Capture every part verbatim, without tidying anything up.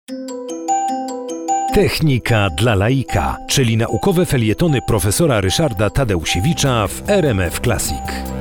Technika dla laika, czyli naukowe felietony profesora Ryszarda Tadeusiewicza w R M F Classic.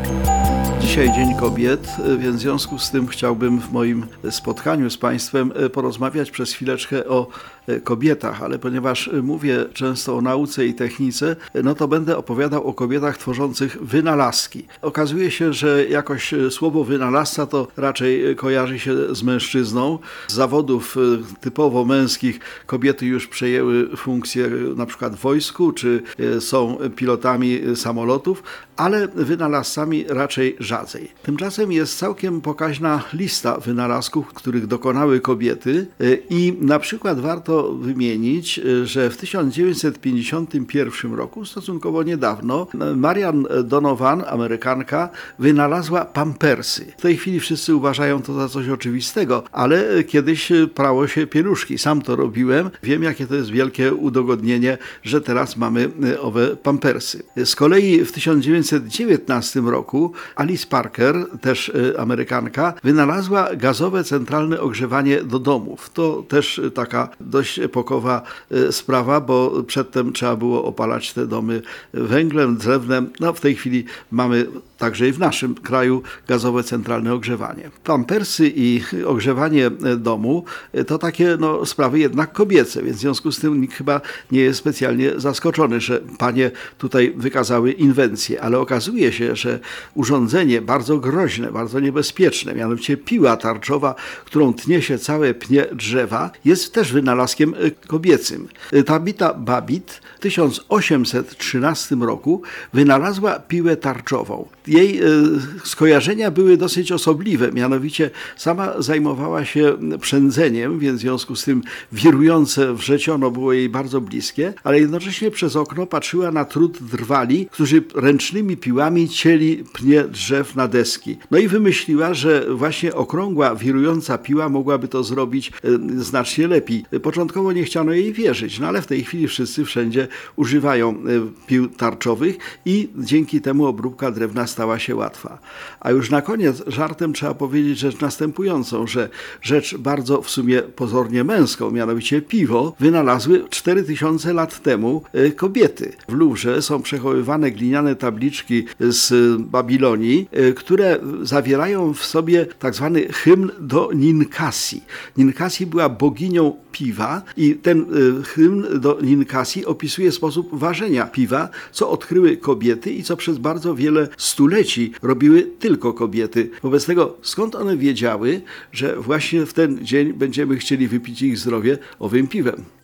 Dzisiaj Dzień Kobiet, więc w związku z tym chciałbym w moim spotkaniu z Państwem porozmawiać przez chwileczkę o kobietach, ale ponieważ mówię często o nauce i technice, no to będę opowiadał o kobietach tworzących wynalazki. Okazuje się, że jakoś słowo wynalazca to raczej kojarzy się z mężczyzną. Z zawodów typowo męskich kobiety już przejęły funkcje na przykład w wojsku, czy są pilotami samolotów, ale wynalazcami raczej rzadziej. Tymczasem jest całkiem pokaźna lista wynalazków, których dokonały kobiety i na przykład warto wymienić, że w tysiąc dziewięćset pięćdziesiątym pierwszym roku, stosunkowo niedawno, Marian Donovan, Amerykanka, wynalazła pampersy. W tej chwili wszyscy uważają to za coś oczywistego, ale kiedyś prało się pieluszki. Sam to robiłem. Wiem, jakie to jest wielkie udogodnienie, że teraz mamy owe pampersy. Z kolei w tysiąc dziewięćset dziewiętnastym roku Alice Parker, też Amerykanka, wynalazła gazowe centralne ogrzewanie do domów. To też taka dość epokowa sprawa, bo przedtem trzeba było opalać te domy węglem, drewnem. No w tej chwili mamy także i w naszym kraju gazowe centralne ogrzewanie. Pampersy i ogrzewanie domu to takie no, sprawy jednak kobiece, więc w związku z tym nikt chyba nie jest specjalnie zaskoczony, że panie tutaj wykazały inwencję, ale okazuje się, że urządzenie bardzo groźne, bardzo niebezpieczne, mianowicie piła tarczowa, którą tnie się całe pnie drzewa, jest też wynalazkiem kobiecym. Tabitha Babbitt w tysiąc osiemset trzynastym roku wynalazła piłę tarczową. Jej e, skojarzenia były dosyć osobliwe, mianowicie sama zajmowała się przędzeniem, więc w związku z tym wirujące wrzeciono było jej bardzo bliskie, ale jednocześnie przez okno patrzyła na trud drwali, którzy ręcznymi piłami cięli pnie drzew na deski. No i wymyśliła, że właśnie okrągła, wirująca piła mogłaby to zrobić e, znacznie lepiej. Początkowo nie chciano jej wierzyć, no ale w tej chwili wszyscy wszędzie używają e, pił tarczowych i dzięki temu obróbka drewna stała się łatwa. A już na koniec żartem trzeba powiedzieć rzecz następującą, że rzecz bardzo w sumie pozornie męską, mianowicie piwo, wynalazły cztery tysiące lat temu kobiety. W Luwrze są przechowywane gliniane tabliczki z Babilonii, które zawierają w sobie tak zwany hymn do Ninkasi. Ninkasi była boginią piwa i ten hymn do Ninkasi opisuje sposób ważenia piwa, co odkryły kobiety i co przez bardzo wiele stuleci robiły tylko kobiety. Wobec tego, skąd one wiedziały, że właśnie w ten dzień będziemy chcieli wypić ich zdrowie owym piwem?